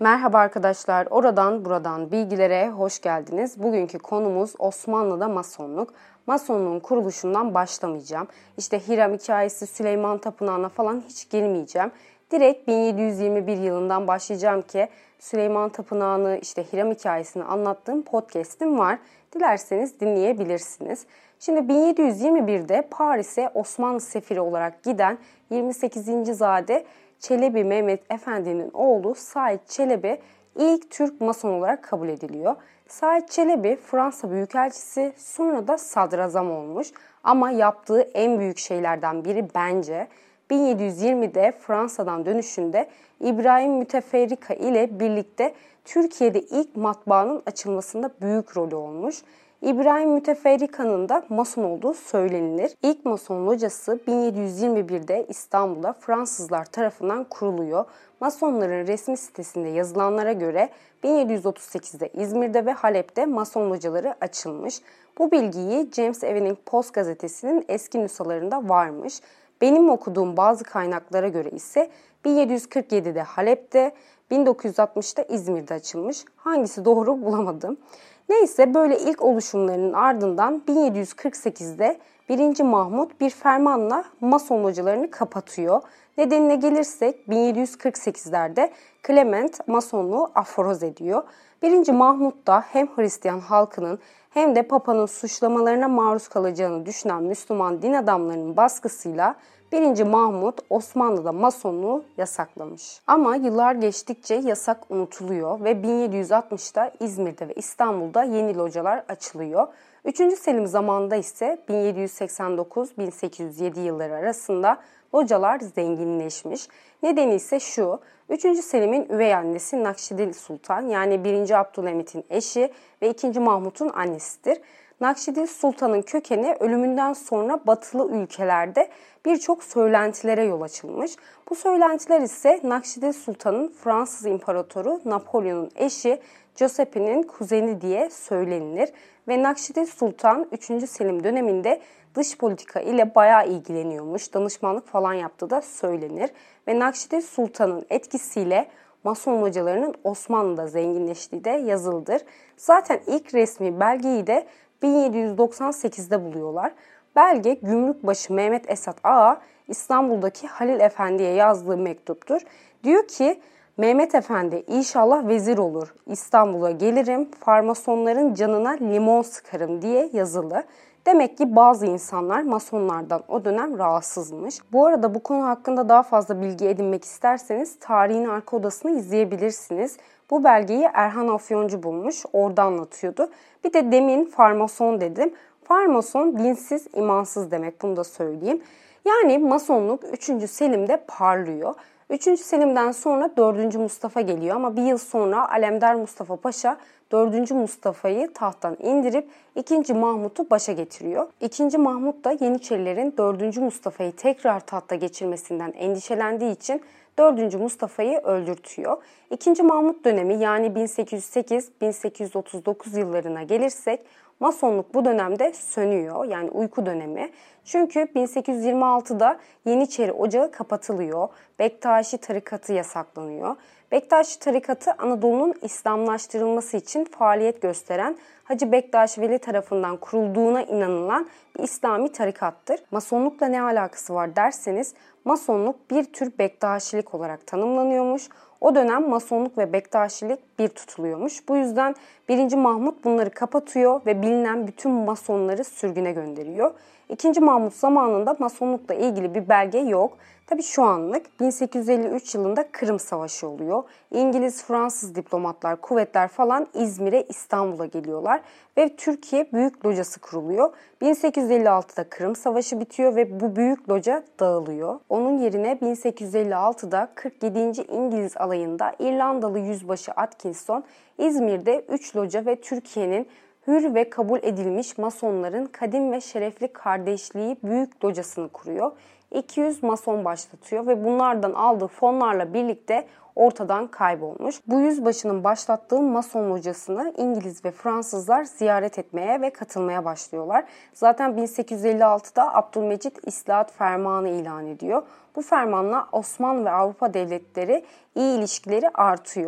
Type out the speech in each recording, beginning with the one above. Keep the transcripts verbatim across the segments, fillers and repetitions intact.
Merhaba arkadaşlar, oradan buradan bilgilere hoş geldiniz. Bugünkü konumuz Osmanlı'da Masonluk. Masonluğun kuruluşundan başlamayacağım. İşte Hiram hikayesi, Süleyman Tapınağı'na falan hiç girmeyeceğim. Direkt bin yedi yüz yirmi bir yılından başlayacağım ki Süleyman Tapınağı'nı, işte Hiram hikayesini anlattığım podcast'im var. Dilerseniz dinleyebilirsiniz. Şimdi bin yedi yüz yirmi birde Paris'e Osmanlı sefiri olarak giden yirmi sekizinci Zade Çelebi Mehmet Efendi'nin oğlu Said Çelebi ilk Türk Mason olarak kabul ediliyor. Said Çelebi Fransa Büyükelçisi, sonra da sadrazam olmuş. Ama yaptığı en büyük şeylerden biri bence bin yedi yüz yirmide Fransa'dan dönüşünde İbrahim Müteferrika ile birlikte Türkiye'de ilk matbaanın açılmasında büyük rolü olmuş. İbrahim Müteferrika'nın da Mason olduğu söylenilir. İlk Mason locası bin yedi yüz yirmi birde İstanbul'da Fransızlar tarafından kuruluyor. Masonların resmi sitesinde yazılanlara göre bin yedi yüz otuz sekizde İzmir'de ve Halep'te Mason locaları açılmış. Bu bilgiyi James Evening Post gazetesinin eski nüshalarında varmış. Benim okuduğum bazı kaynaklara göre ise bin yedi yüz kırk yedide Halep'te, bin dokuz yüz altmışta İzmir'de açılmış. Hangisi doğru bulamadım. Neyse, böyle ilk oluşumlarının ardından bin yedi yüz kırk sekizde birinci. Mahmut bir fermanla Mason localarını kapatıyor. Nedenine gelirsek bin yedi yüz kırk sekizlerde Clement Masonluğu aforoz ediyor. birinci. Mahmut da hem Hristiyan halkının hem de Papa'nın suçlamalarına maruz kalacağını düşünen Müslüman din adamlarının baskısıyla birinci. Mahmut Osmanlı'da Masonluğu yasaklamış. Ama yıllar geçtikçe yasak unutuluyor ve bin yedi yüz altmışta İzmir'de ve İstanbul'da yeni localar açılıyor. üçüncü. Selim zamanında ise bin yedi yüz seksen dokuz bin sekiz yüz yedi yılları arasında localar zenginleşmiş. Nedeni ise şu: üçüncü. Selim'in üvey annesi Nakşidil Sultan, yani birinci. Abdülhamit'in eşi ve ikinci. Mahmut'un annesidir. Nakşidil Sultan'ın kökeni ölümünden sonra batılı ülkelerde birçok söylentilere yol açılmış. Bu söylentiler ise Nakşidil Sultan'ın Fransız İmparatoru Napolyon'un eşi Josephine'in kuzeni diye söylenilir ve Nakşidil Sultan üçüncü. Selim döneminde dış politika ile bayağı ilgileniyormuş, danışmanlık falan yaptığı da söylenir ve Nakşidil Sultan'ın etkisiyle Mason localarının Osmanlı'da zenginleştiği de yazılıdır. Zaten ilk resmi belgeyi de bin yedi yüz doksan sekizde buluyorlar. Belge Gümrükbaşı Mehmet Esat Ağa İstanbul'daki Halil Efendi'ye yazdığı mektuptur. Diyor ki, Mehmet Efendi inşallah vezir olur, İstanbul'a gelirim, farmasonların canına limon sıkarım diye yazılı. Demek ki bazı insanlar masonlardan o dönem rahatsızmış. Bu arada bu konu hakkında daha fazla bilgi edinmek isterseniz Tarihin Arka Odası'nı izleyebilirsiniz. Bu belgeyi Erhan Afyoncu bulmuş, orada anlatıyordu. Bir de demin farmason dedim. Farmason dinsiz, imansız demek, bunu da söyleyeyim. Yani Masonluk üçüncü. Selim'de parlıyor. üçüncü. Selim'den sonra dördüncü. Mustafa geliyor ama bir yıl sonra Alemdar Mustafa Paşa dördüncü. Mustafa'yı tahttan indirip ikinci. Mahmut'u başa getiriyor. ikinci. Mahmut da Yeniçerilerin dördüncü. Mustafa'yı tekrar tahta geçirmesinden endişelendiği için dördüncü. Mustafa'yı öldürtüyor. ikinci. Mahmut dönemi, yani bin sekiz yüz sekiz bin sekiz yüz otuz dokuz yıllarına gelirsek Masonluk bu dönemde sönüyor, yani uyku dönemi. Çünkü bin sekiz yüz yirmi altıda Yeniçeri Ocağı kapatılıyor. Bektaşi tarikatı yasaklanıyor. Bektaşi tarikatı Anadolu'nun İslamlaştırılması için faaliyet gösteren Hacı Bektaş Veli tarafından kurulduğuna inanılan bir İslami tarikattır. Masonlukla ne alakası var derseniz, Masonluk bir tür Bektaşilik olarak tanımlanıyormuş. O dönem Masonluk ve Bektaşilik bir tutuluyormuş. Bu yüzden birinci. Mahmut bunları kapatıyor ve bilinen bütün Masonları sürgüne gönderiyor. ikinci. Mahmut zamanında Masonlukla ilgili bir belge yok. Tabii şu anlık bin sekiz yüz elli üç yılında Kırım Savaşı oluyor. İngiliz, Fransız diplomatlar, kuvvetler falan İzmir'e, İstanbul'a geliyorlar ve Türkiye Büyük Locası kuruluyor. bin sekiz yüz elli altıda Kırım Savaşı bitiyor ve bu Büyük Loca dağılıyor. Onun yerine bin sekiz yüz elli altıda kırk yedinci İngiliz alayında İrlandalı yüzbaşı Atkinson İzmir'de üç loca ve Türkiye'nin hür ve kabul edilmiş Masonların kadim ve şerefli kardeşliği Büyük Locası'nı kuruyor. iki yüz Mason başlatıyor ve bunlardan aldığı fonlarla birlikte ortadan kaybolmuş. Bu yüzbaşının başlattığı Mason locasını İngiliz ve Fransızlar ziyaret etmeye ve katılmaya başlıyorlar. Zaten bin sekiz yüz elli altıda Abdülmecit İslahat Fermanı ilan ediyor. Bu fermanla Osmanlı ve Avrupa devletleri iyi ilişkileri artıyor.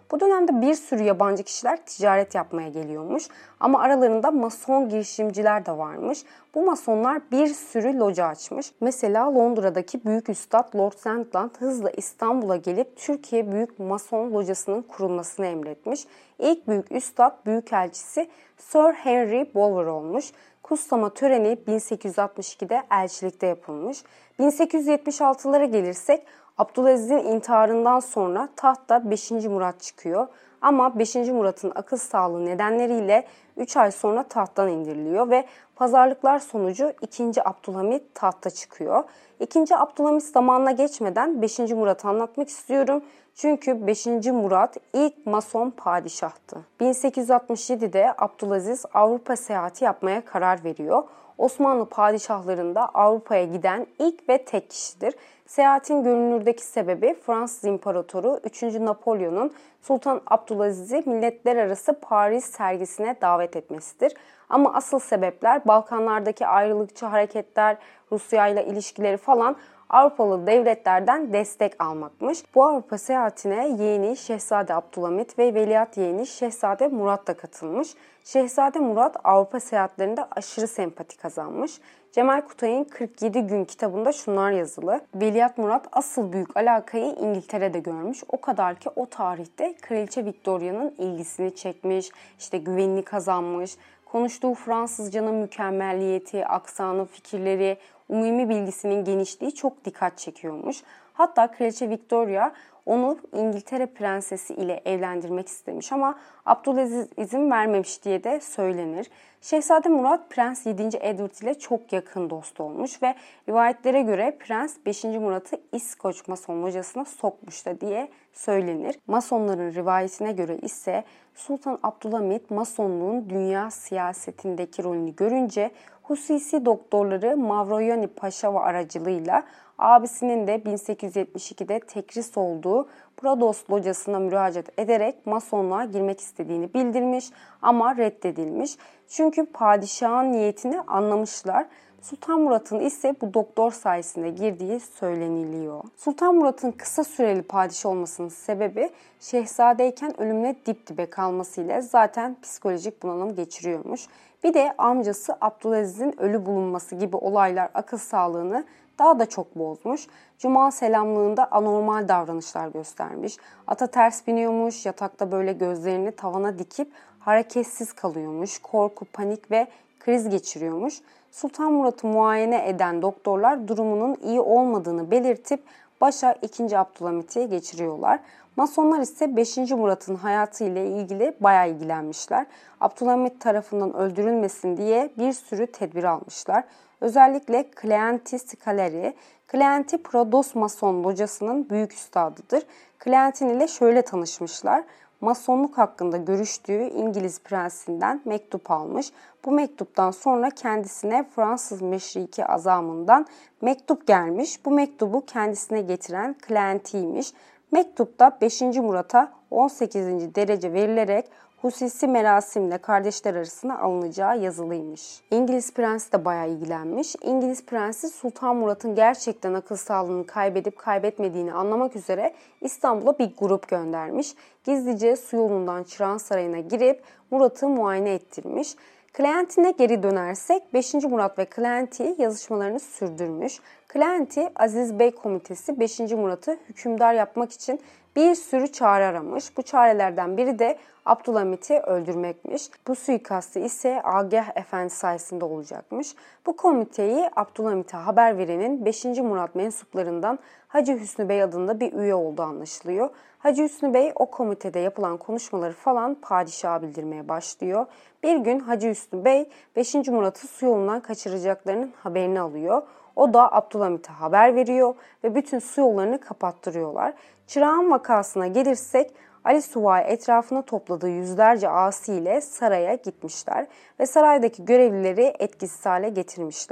Bu dönemde bir sürü yabancı kişiler ticaret yapmaya geliyormuş ama aralarında mason girişimciler de varmış. Bu masonlar bir sürü loca açmış. Mesela Londra'daki büyük üstad Lord Sandland hızla İstanbul'a gelip Türkiye Büyük Mason Locası'nın kurulmasını emretmiş. İlk büyük üstad büyükelçisi Sir Henry Bulwer olmuş. Kutlama töreni bin sekiz yüz altmış ikide elçilikte yapılmış. bin sekiz yüz yetmiş altılara gelirsek Abdülaziz'in intiharından sonra tahta beşinci Murat çıkıyor. Ama beşinci Murat'ın akıl sağlığı nedenleriyle üç ay sonra tahttan indiriliyor ve pazarlıklar sonucu ikinci Abdülhamit tahta çıkıyor. ikinci Abdülhamit zamanına geçmeden beşinci Murat'ı anlatmak istiyorum. Çünkü beşinci Murat ilk Mason padişahtı. bin sekiz yüz altmış yedide Abdülaziz Avrupa seyahati yapmaya karar veriyor. Osmanlı padişahlarında Avrupa'ya giden ilk ve tek kişidir. Seyahatin görünürdeki sebebi Fransız İmparatoru üçüncü Napolyon'un Sultan Abdülaziz'i milletler arası Paris sergisine davet etmesidir. Ama asıl sebepler Balkanlardaki ayrılıkçı hareketler, Rusya ile ilişkileri falan Avrupalı devletlerden destek almakmış. Bu Avrupa seyahatine yeğeni Şehzade Abdülhamit ve veliaht yeğeni Şehzade Murat da katılmış. Şehzade Murat Avrupa seyahatlerinde aşırı sempati kazanmış. Cemal Kutay'ın kırk yedi gün kitabında şunlar yazılı. Veliaht Murat asıl büyük alakayı İngiltere'de görmüş. O kadar ki o tarihte Kraliçe Victoria'nın ilgisini çekmiş, işte güvenini kazanmış. Konuştuğu Fransızcanın mükemmelliyeti, aksanı, fikirleri, umumi bilgisinin genişliği çok dikkat çekiyormuş. Hatta Kraliçe Victoria onu İngiltere prensesi ile evlendirmek istemiş ama Abdülaziz izin vermemiş diye de söylenir. Şehzade Murat Prens yedinci Edward ile çok yakın dost olmuş ve rivayetlere göre Prens beşinci Murat'ı İskoç Mason Locası'na sokmuş da diye söylenir. Masonların rivayetine göre ise Sultan Abdülhamit Masonluğun dünya siyasetindeki rolünü görünce hususi doktorları Mavroyani Paşa aracılığıyla abisinin de bin sekiz yüz yetmiş ikide tekris olduğu Prados Locası'na müracaat ederek Masonluğa girmek istediğini bildirmiş ama reddedilmiş. Çünkü padişahın niyetini anlamışlar. Sultan Murat'ın ise bu doktor sayesinde girdiği söyleniliyor. Sultan Murat'ın kısa süreli padişah olmasının sebebi şehzadeyken ölümle dip dibe kalmasıyla zaten psikolojik bunalım geçiriyormuş. Bir de amcası Abdülaziz'in ölü bulunması gibi olaylar akıl sağlığını daha da çok bozmuş. Cuma selamlığında anormal davranışlar göstermiş. Ata ters biniyormuş, yatakta böyle gözlerini tavana dikip hareketsiz kalıyormuş. Korku, panik ve kriz geçiriyormuş. Sultan Murat'ı muayene eden doktorlar durumunun iyi olmadığını belirtip başa ikinci Abdülhamit'i geçiriyorlar. Masonlar ise beşinci Murat'ın hayatı ile ilgili bayağı ilgilenmişler. Abdülhamit tarafından öldürülmesin diye bir sürü tedbir almışlar. Özellikle Cleanti Scaleri, Cleanti Prados Mason Locası'nın büyük üstadıdır. Cleantin ile şöyle tanışmışlar. Masonluk hakkında görüştüğü İngiliz prensinden mektup almış. Bu mektuptan sonra kendisine Fransız meşriki azamından mektup gelmiş. Bu mektubu kendisine getiren Cleanti'ymiş. Mektupta beşinci Murat'a on sekizinci derece verilerek hususi merasimle kardeşler arasına alınacağı yazılıymış. İngiliz prensi de bayağı ilgilenmiş. İngiliz prensi Sultan Murat'ın gerçekten akıl sağlığını kaybedip kaybetmediğini anlamak üzere İstanbul'a bir grup göndermiş. Gizlice su yolundan Çırağan Sarayı'na girip Murat'ı muayene ettirmiş. Cleanti'ne geri dönersek beşinci Murat ve Cleanti yazışmalarını sürdürmüş. Cleanti, Aziz Bey Komitesi beşinci Murat'ı hükümdar yapmak için bir sürü çare aramış. Bu çarelerden biri de Abdülhamit'i öldürmekmiş. Bu suikastı ise Agah Efendi sayesinde olacakmış. Bu komiteyi Abdülhamit'e haber verenin beşinci Murat mensuplarından Hacı Hüsnü Bey adında bir üye olduğu anlaşılıyor. Hacı Hüsnü Bey o komitede yapılan konuşmaları falan padişaha bildirmeye başlıyor. Bir gün Hacı Hüsnü Bey beşinci Murat'ı su yolundan kaçıracaklarının haberini alıyor. O da Abdülhamit'e haber veriyor ve bütün su yollarını kapattırıyorlar. Çırağan vakasına gelirsek Ali Suvay etrafına topladığı yüzlerce asi ile saraya gitmişler ve saraydaki görevlileri etkisiz hale getirmişler.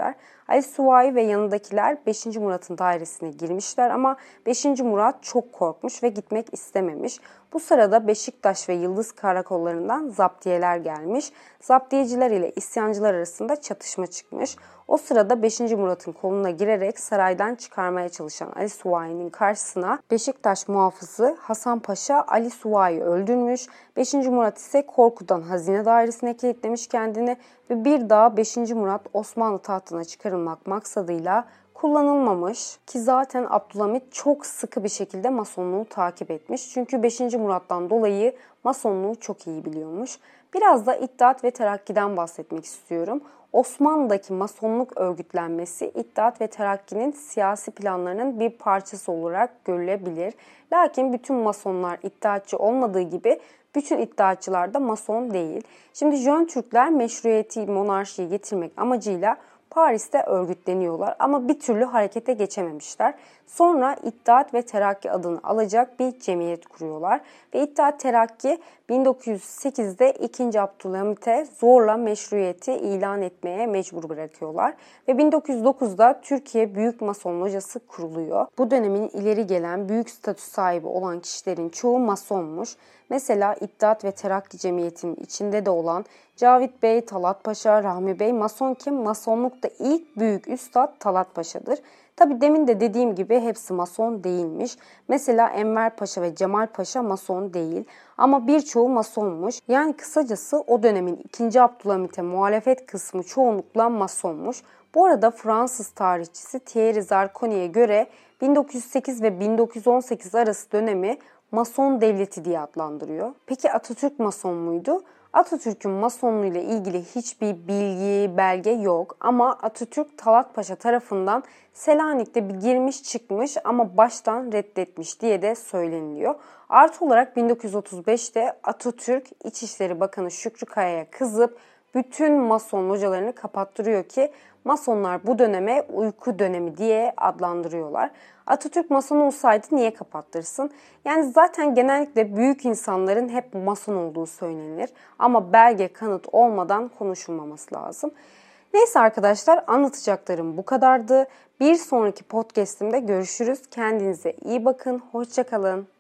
Ali Suvayi ve yanındakiler beşinci Murat'ın dairesine girmişler ama beşinci Murat çok korkmuş ve gitmek istememiş. Bu sırada Beşiktaş ve Yıldız karakollarından zaptiyeler gelmiş. Zaptiyeciler ile isyancılar arasında çatışma çıkmış. O sırada beşinci Murat'ın koluna girerek saraydan çıkarmaya çalışan Ali Suvayi'nin karşısına Beşiktaş muhafızı Hasan Paşa Ali Suvayi'yi öldürmüş. beşinci Murat ise korkudan hazine dairesine kilitlemiş kendini ve bir daha beşinci Murat Osmanlı tahtına çıkarılmak maksadıyla kullanılmamış ki zaten Abdülhamit çok sıkı bir şekilde Masonluğu takip etmiş. Çünkü beşinci Murat'tan dolayı Masonluğu çok iyi biliyormuş. Biraz da İttihat ve Terakki'den bahsetmek istiyorum. Osmanlı'daki Masonluk örgütlenmesi İttihat ve Terakki'nin siyasi planlarının bir parçası olarak görülebilir. Lakin bütün Masonlar İttihatçı olmadığı gibi bütün İttihatçılar da Mason değil. Şimdi Jön Türkler meşruiyeti, monarşiyi getirmek amacıyla Paris'te örgütleniyorlar ama bir türlü harekete geçememişler. Sonra İttihat ve Terakki adını alacak bir cemiyet kuruyorlar. Ve İttihat Terakki bin dokuz yüz sekizde ikinci. Abdülhamit'e zorla meşruiyeti ilan etmeye mecbur bırakıyorlar. Ve bin dokuz yüz dokuzda Türkiye Büyük Mason Locası kuruluyor. Bu dönemin ileri gelen büyük statü sahibi olan kişilerin çoğu Masonmuş. Mesela İttihat ve Terakki Cemiyeti'nin içinde de olan Cavit Bey, Talat Paşa, Rahmi Bey Mason kim? Masonlukta ilk büyük üstad Talat Paşa'dır. Tabi demin de dediğim gibi hepsi Mason değilmiş. Mesela Enver Paşa ve Cemal Paşa Mason değil ama birçoğu Masonmuş. Yani kısacası o dönemin ikinci. Abdülhamit'e muhalefet kısmı çoğunlukla Masonmuş. Bu arada Fransız tarihçisi Thierry Zarconi'ye göre bin dokuz yüz sekiz ve bin dokuz yüz on sekiz arası dönemi Mason devleti diye adlandırıyor. Peki Atatürk Mason muydu? Atatürk'ün Masonluğu ile ilgili hiçbir bilgi, belge yok ama Atatürk Talat Paşa tarafından Selanik'te bir girmiş çıkmış ama baştan reddetmiş diye de söyleniliyor. Artı olarak bin dokuz yüz otuz beşte Atatürk İçişleri Bakanı Şükrü Kaya'ya kızıp bütün Mason localarını kapattırıyor ki Masonlar bu döneme uyku dönemi diye adlandırıyorlar. Atatürk Mason olsaydı niye kapattırsın? Yani zaten genellikle büyük insanların hep Mason olduğu söylenir. Ama belge kanıt olmadan konuşulmaması lazım. Neyse arkadaşlar, anlatacaklarım bu kadardı. Bir sonraki podcastimde görüşürüz. Kendinize iyi bakın. Hoşça kalın.